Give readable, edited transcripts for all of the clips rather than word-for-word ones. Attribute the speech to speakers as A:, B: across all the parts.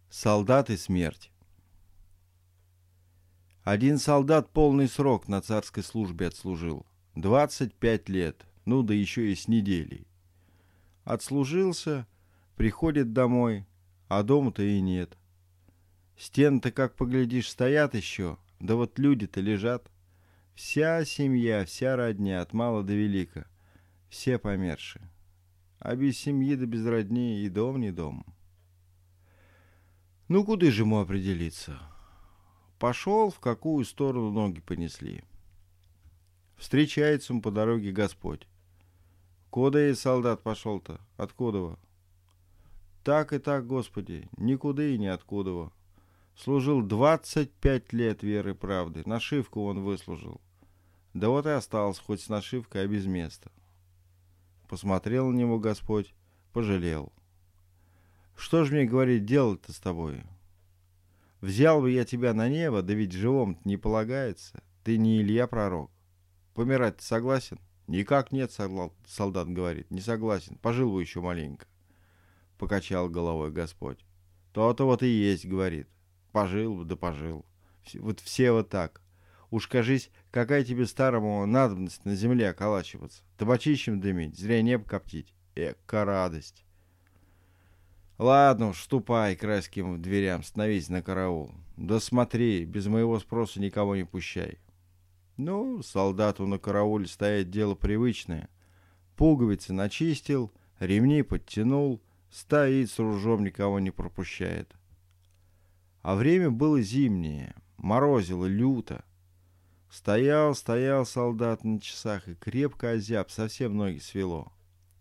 A: Солдат и смерть. Один солдат полный срок на царской службе отслужил. 25 лет, ну да еще и с неделей. Отслужился, приходит домой, а дома-то и нет. Стены-то, как поглядишь, стоят еще, да вот люди-то лежат. Вся семья, вся родня, от мала до велика, все помершие. А без семьи да без родни и дом не дом. Ну, куда же ему определиться? Пошел, в какую сторону ноги понесли. Встречается ему по дороге Господь. Куда и солдат пошел-то? Откуда? Так и так, Господи, никуда и ниоткуда. Служил 25 лет веры и правды. Нашивку он выслужил. Да вот и остался хоть с нашивкой, а без места. Посмотрел на него Господь, пожалел. Что ж мне, говорит, делать-то с тобой? Взял бы я тебя на небо, да ведь живом-то не полагается. Ты не Илья пророк. Помирать-то согласен? Никак нет, солдат говорит, не согласен. Пожил бы еще маленько. Покачал головой Господь. То-то вот и есть, говорит. Пожил бы, да пожил. Вот все вот так. Уж кажись, какая тебе старому надобность на земле околачиваться. Табачищем дымить, зря небо коптить. Эка радость. Ладно уж, ступай к райским дверям, становись на караул. Да смотри, без моего спроса никого не пущай. Ну, солдату на карауле стоять дело привычное. Пуговицы начистил, ремни подтянул, стоит с ружом, никого не пропущает. А время было зимнее, морозило люто. Стоял солдат на часах и крепко озяб, совсем ноги свело.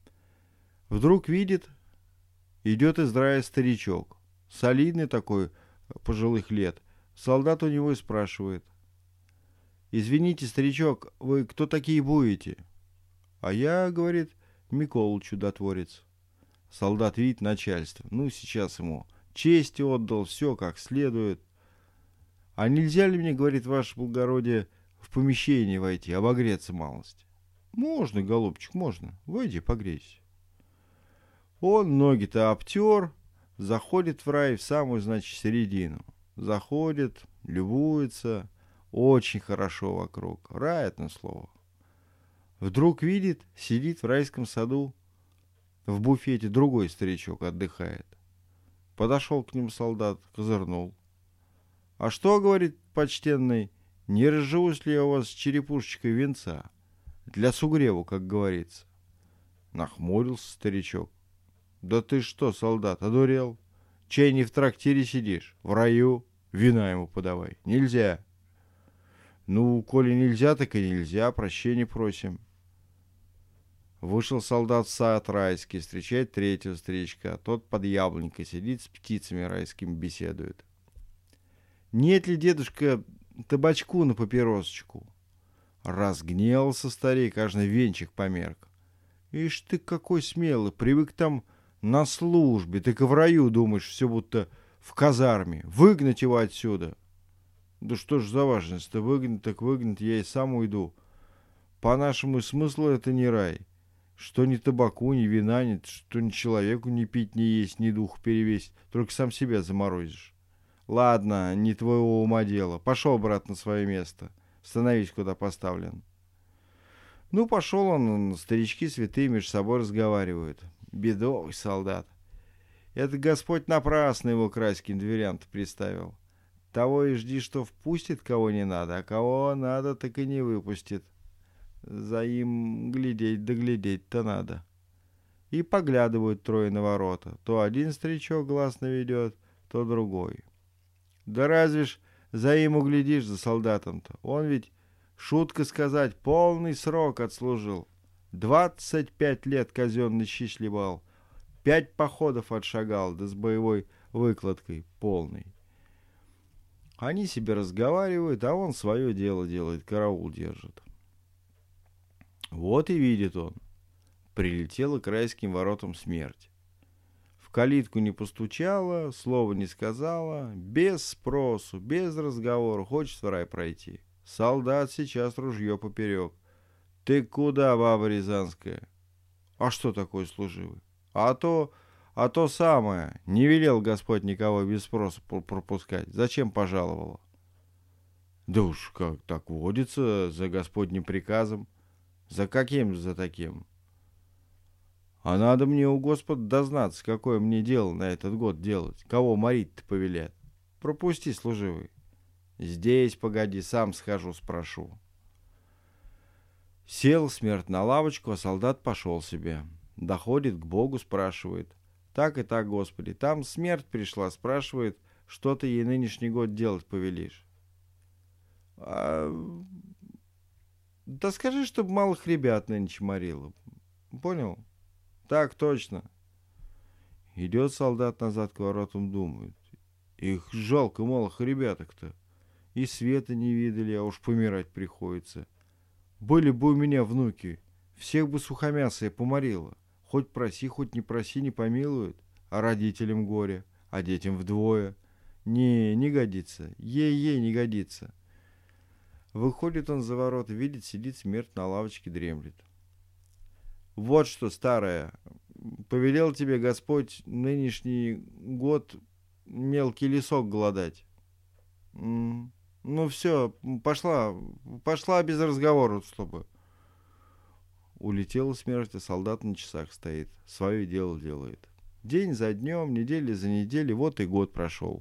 A: Вдруг видит, идет из рая старичок, солидный такой, пожилых лет. Солдат у него и спрашивает: «Извините, старичок, вы кто такие будете?» «А я, — говорит, — Микола Чудотворец». Солдат видит начальство. Ну, сейчас ему честь отдал, все как следует. «А нельзя ли мне, — говорит, — ваше благородие, в помещение войти, обогреться малость?» «Можно, голубчик, можно. Войди, погрейся». Он ноги-то обтер, заходит в рай в самую, значит, середину. Заходит, любуется. Очень хорошо вокруг. Рай, одно слово. Вдруг видит, сидит в райском саду, в буфете другой старичок отдыхает. Подошел к нему солдат, козырнул. «А что, — говорит, почтенный, — не разживусь ли я у вас с черепушечкой венца? Для сугреву, как говорится». Нахмурился старичок. «Да ты что, солдат, одурел? Чай не в трактире сидишь, в раю? Вина ему подавай. Нельзя». «Ну, коли нельзя, так и нельзя, прощения просим». Вышел солдат в сад райский, встречает третьего старичка. Тот под яблонькой сидит, с птицами райскими беседует. «Нет ли, дедушка, табачку на папиросочку?» Разгневался старик, аж на венчик померк. «Ишь ты какой смелый, привык там на службе, так и в раю думаешь, все будто в казарме. Выгнать его отсюда!» «Да что ж за важность-то, выгнать так выгнать, я и сам уйду. По-нашему смыслу это не рай. Что ни табаку, ни вина нет, что ни человеку не пить, не есть, ни духу перевесить, только сам себя заморозишь. Ладно, не твоего ума дело. Пошел, брат, на свое место. Становись, куда поставлен». Ну, пошел он, старички святые между собой разговаривают. Бедовый солдат. Это Господь напрасно его к райским дверям-то приставил. Того и жди, что впустит, кого не надо, а кого надо, так и не выпустит. За им глядеть да глядеть-то надо. И поглядывают трое на ворота. То один старичок глаз наведет, то другой. Да разве ж за им углядишь, за солдатом-то? Он ведь, шутка сказать, полный срок отслужил. 25 лет казенный щи шлебал. 5 походов отшагал, да с боевой выкладкой полной. Они себе разговаривают, а он свое дело делает, караул держит. Вот и видит он. Прилетела к райским воротам смерть. В калитку не постучала, слова не сказала, без спросу, без разговора, хочет в рай пройти. Солдат сейчас ружье поперек. «Ты куда, баба рязанская?» «А что такое служивый?» «А то А то самое, не велел Господь никого без спроса пропускать. Зачем пожаловала? Да уж, как так водится, за Господним приказом. За каким за таким? А надо мне у Господа дознаться, какое мне дело на этот год делать. Кого морить-то повелят? Пропусти, служивый. Здесь, погоди, сам схожу, спрошу. Сел смерть на лавочку, а солдат пошел себе. Доходит к Богу, спрашивает. Так и так, Господи, там смерть пришла, спрашивает, что ты ей нынешний год делать повелишь. Да скажи, чтоб малых ребят нынче морила. Понял? Так точно. Идет солдат назад к воротам, думает. Их жалко малых ребяток-то. И света не видели, а уж помирать приходится. Были бы у меня внуки, всех бы сухомясая поморила. Хоть проси, хоть не проси, не помилуют. А родителям горе, а детям вдвое. Не годится, ей-ей не годится. Выходит он за ворота, видит, сидит смерть на лавочке, дремлет. Вот что, старая, повелел тебе Господь нынешний год мелкий лесок голодать. Ну все, пошла без разговора, чтобы. Улетела смерть, а солдат на часах стоит, свое дело делает. День за днем, недели за неделей, вот и год прошел.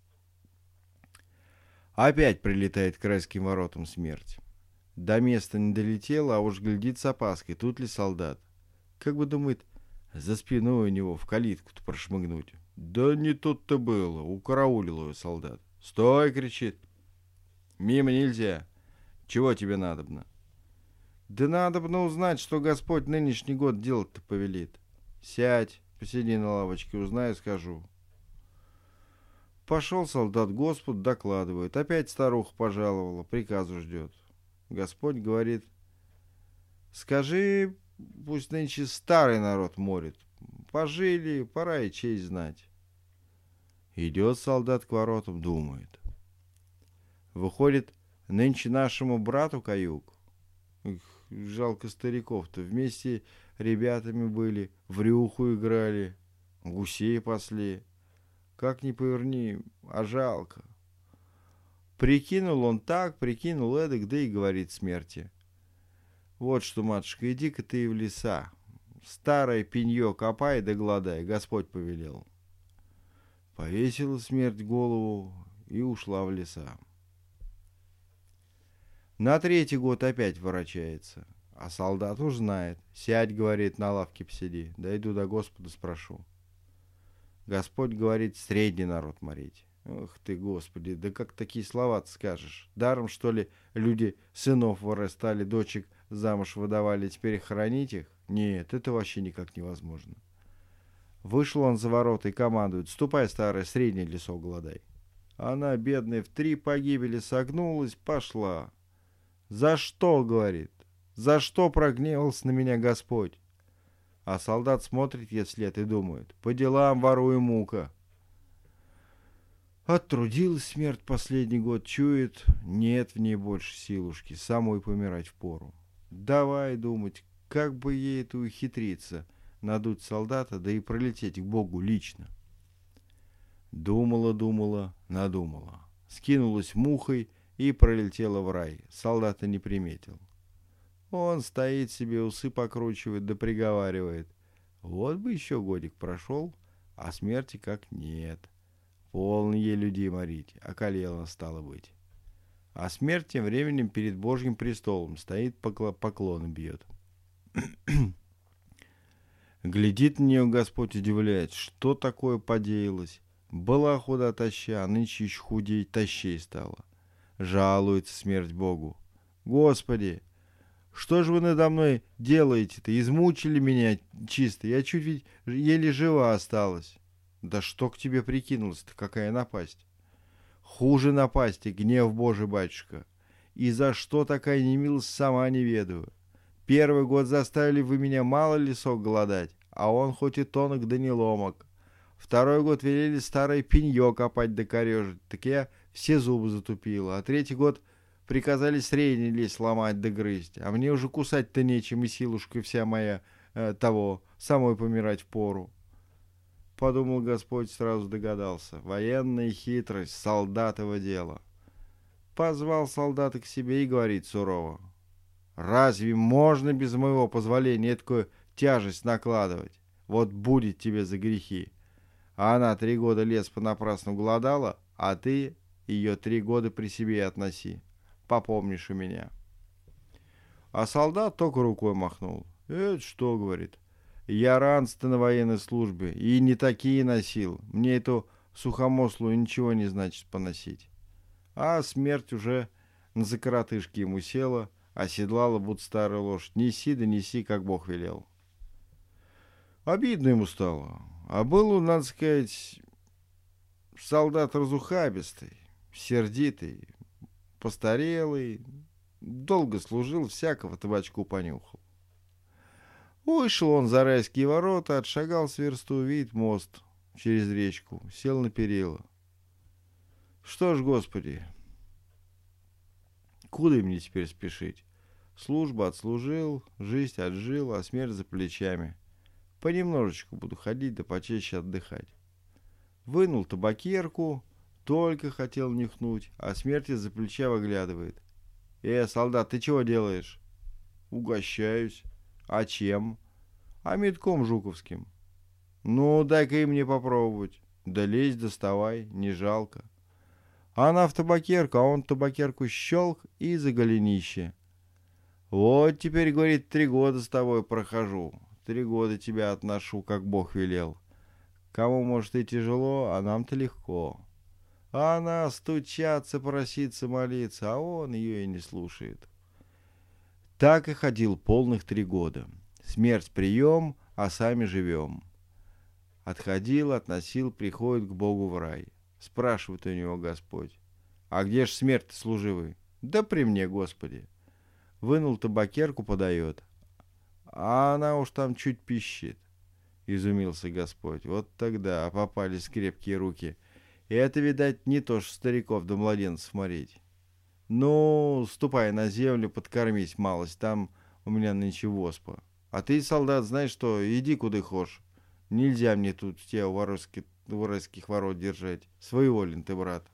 A: Опять прилетает к райским воротам смерть. До места не долетела, а уж глядит с опаской, тут ли солдат. Как бы думает, за спиной у него в калитку-то прошмыгнуть. Да не тут-то было, укараулил его солдат. «Стой!» — кричит. «Мимо нельзя. Чего тебе надобно?» «Да надобно узнать, что Господь нынешний год делать-то повелит. Сядь, посиди на лавочке, узнаю, скажу». Пошел солдат к Господу, докладывает. Опять старуха пожаловала, приказу ждет. Господь говорит: «Скажи, пусть нынче старый народ морит. Пожили, пора и честь знать». Идет солдат к воротам, думает. Выходит, нынче нашему брату каюк. Эх, жалко стариков-то. Вместе ребятами были, в рюху играли, гусей пасли. Как ни поверни, а жалко. Прикинул он так, прикинул эдак, да и говорит смерти: «Вот что, матушка, иди-ка ты в леса. Старое пенье копай да гладай, Господь повелел». Повесила смерть голову и ушла в леса. На третий год опять ворочается, а солдат уж знает. «Сядь, — говорит, — на лавке посиди, дойду до Господа, спрошу». Господь говорит: «Средний народ морить». Ох ты, Господи, да как такие слова-то скажешь? Даром, что ли, люди сынов вырастали, дочек замуж выдавали, теперь хоронить их? Нет, это вообще никак невозможно. Вышел он за ворота и командует: «Ступай, старая, средний лесок голодай». Она, бедная, в 3 погибели согнулась, пошла. «За что, — говорит, — за что прогневался на меня Господь?» А солдат смотрит ей вслед и думает: «По делам вору и мука». Оттрудилась смерть последний год, чует, нет в ней больше силушки, самой помирать впору. Давай думать, как бы ей это ухитриться, надуть солдата, да и пролететь к Богу лично. Думала, надумала. Скинулась мухой и пролетела в рай. Солдата не приметил. Он стоит себе, усы покручивает да приговаривает: «Вот бы еще годик прошел, а смерти как нет. Полно ей людей морить, околела стало быть». А смерть тем временем перед Божьим престолом стоит, поклоны бьет. Глядит на нее Господь, удивляет, что такое подеялось. Была худа таща, а нынче еще худей тащей стала. Жалуется смерть Богу: «Господи, что же вы надо мной делаете-то? Измучили меня чисто, я чуть ведь еле жива осталась». «Да что к тебе прикинулось-то, какая напасть?» «Хуже напасти, гнев Божий, батюшка. И за что такая немилость, сама не ведаю. Первый год заставили вы меня мало лесок голодать, а он хоть и тонок, да не ломок. Второй год велели старое пенье копать да корежить, так я все зубы затупила. А третий год приказали средний лес ломать да грызть, а мне уже кусать-то нечем, и силушка вся моя самой помирать впору». подумал Господь, сразу догадался. Военная хитрость, солдатово дело. Позвал солдата к себе и говорит сурово: «Разве можно без моего позволения такую тяжесть накладывать? Вот будет тебе за грехи. А она 3 года лес понапрасну голодала, а ты ее 3 года при себе относи. Попомнишь у меня». А солдат только рукой махнул. «Это что, — говорит, — я раньше-то на военной службе и не такие носил. Мне эту сухомослую ничего не значит поносить». А смерть уже на закоротышке ему села, оседлала, будто старая лошадь. Неси да неси, как Бог велел. Обидно ему стало. А был, надо сказать, солдат разухабистый, сердитый, постарелый, долго служил, всякого табачку понюхал. Вышел он за райские ворота, отшагал с версту, видит мост через речку, сел на перила. Что ж, Господи, куда мне теперь спешить? Службу отслужил, жизнь отжил, а смерть за плечами. Понемножечку буду ходить, да почаще отдыхать. Вынул табакерку, только хотел нюхнуть, а смерть из-за плеча выглядывает. Солдат, ты чего делаешь? Угощаюсь. А чем? А метком жуковским. Ну, дай-ка и мне попробовать. Да лезь, доставай, не жалко. Она в табакерку, а он табакерку щелк и за голенище. Вот теперь, говорит, 3 года с тобой прохожу. 3 года тебя отношу, как Бог велел. Кому, может, и тяжело, а нам-то легко. А она стучаться, проситься, молиться, а он ее и не слушает. Так и ходил полных 3 года. Смерть прием, а сами живем. Отходил, относил, приходит к Богу в рай. Спрашивает у него Господь: «А где ж смерть служивый?» «Да при мне, Господи». Вынул табакерку, подает. А она уж там чуть пищит. Изумился Господь. Вот тогда попались крепкие руки. И это, видать, не то, что стариков да младенцев морить. Ну, ступай на землю, подкормись малость, там у меня нынче воспа. А ты, солдат, знаешь что, иди куда хочешь. Нельзя мне тут тебя у воровских ворот держать. Своеволен ты, брат.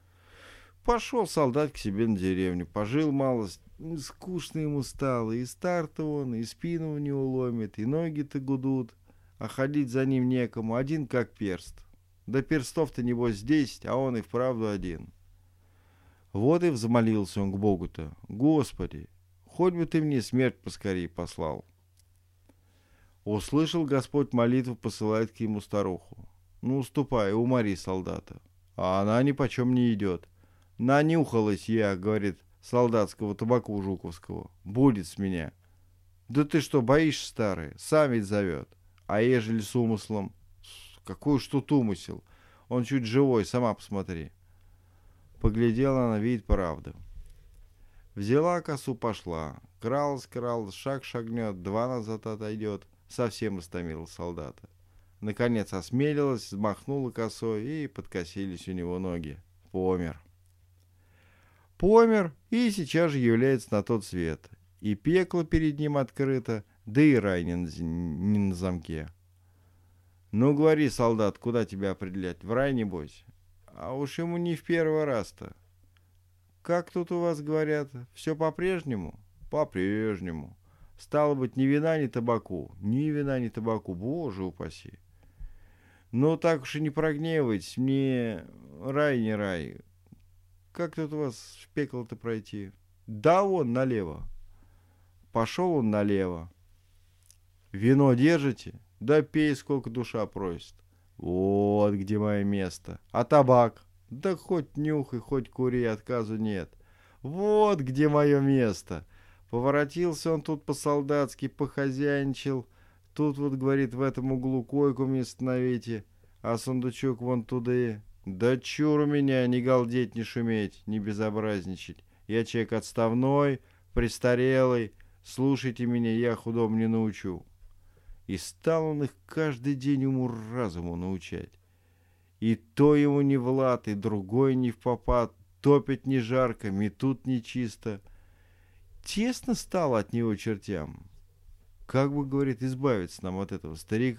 A: Пошел солдат к себе на деревню, пожил малость. Скучно ему стало, и стар-то он, и спину у него ломит, и ноги-то гудут, а ходить за ним некому, один как перст. Да перстов-то, небось, 10, а он и вправду один. Вот и взмолился он к Богу-то: «Господи, хоть бы ты мне смерть поскорей послал». Услышал Господь молитву, посылает к ему старуху. «Ну, ступай, умори солдата». А она нипочем не идет. «Нанюхалась я, — говорит, — солдатского табаку жуковского. Будет с меня». «Да ты что, боишься, старый? Сам ведь зовет. А ежели с умыслом?» «Какой уж тут умысел? Он чуть живой, сама посмотри». Поглядела она, видит, правда. Взяла косу, пошла. Кралась, шаг шагнет, 2 назад отойдет. Совсем истомила солдата. Наконец осмелилась, взмахнула косой, и подкосились у него ноги. Помер. Помер, и сейчас же является на тот свет. И пекло перед ним открыто, да и рай не на замке. «Ну, говори, солдат, куда тебя определять? В рай, небось?» А уж ему не в первый раз-то. «Как тут у вас говорят? Все по-прежнему?» «По-прежнему. Стало быть, ни вина, ни табаку. Ни вина, ни табаку. Боже упаси. Ну, так уж и не прогневайтесь. Мне рай не рай. Как тут у вас в пекло-то пройти?» «Да вон налево». Пошел он налево. «Вино держите? Да пей, сколько душа просит». «Вот где мое место. А табак? Да хоть нюхай, хоть кури, отказу нет. Вот где мое место». Поворотился он тут по-солдатски, похозяйничал. Тут вот, говорит, в этом углу койку мне остановите, а сундучок вон туда. «Да чур у меня, не галдеть, не шуметь, не безобразничать. Я человек отставной, престарелый. Слушайте меня, я худому не научу». И стал он их каждый день уму-разуму научать. И то ему не в лад, и другой не в попад, топить не жарко, метут не чисто. Тесно стало от него чертям. Как бы, говорит, избавиться нам от этого старика?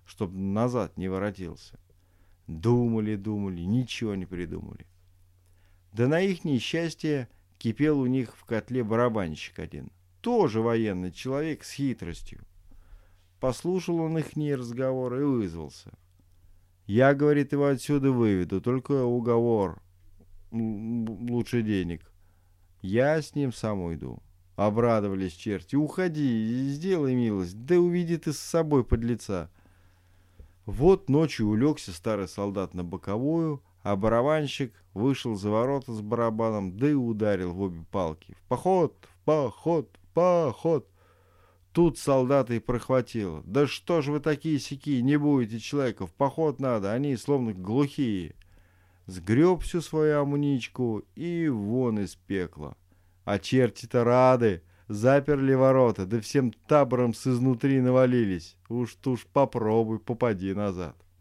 A: чтоб назад не воротился. Думали, ничего не придумали. Да на их несчастье кипел у них в котле барабанщик один. Тоже военный человек с хитростью. Послушал он ихний разговор и вызвался. Я, говорит, его отсюда выведу, только уговор лучше денег. Я с ним сам уйду. Обрадовались черти. Уходи, сделай милость, да уведи ты с собой подлеца. Вот ночью улегся старый солдат на боковую, а барабанщик вышел за ворота с барабаном, да и ударил в обе палки. В поход, в поход, в поход. Тут солдата и прохватило. Да что ж вы такие-сяки, не будете человека, в поход надо, они словно глухие. Сгреб всю свою амуничку и вон из пекла. А черти-то рады, заперли ворота, да всем табором с изнутри навалились. Уж попробуй, попади назад.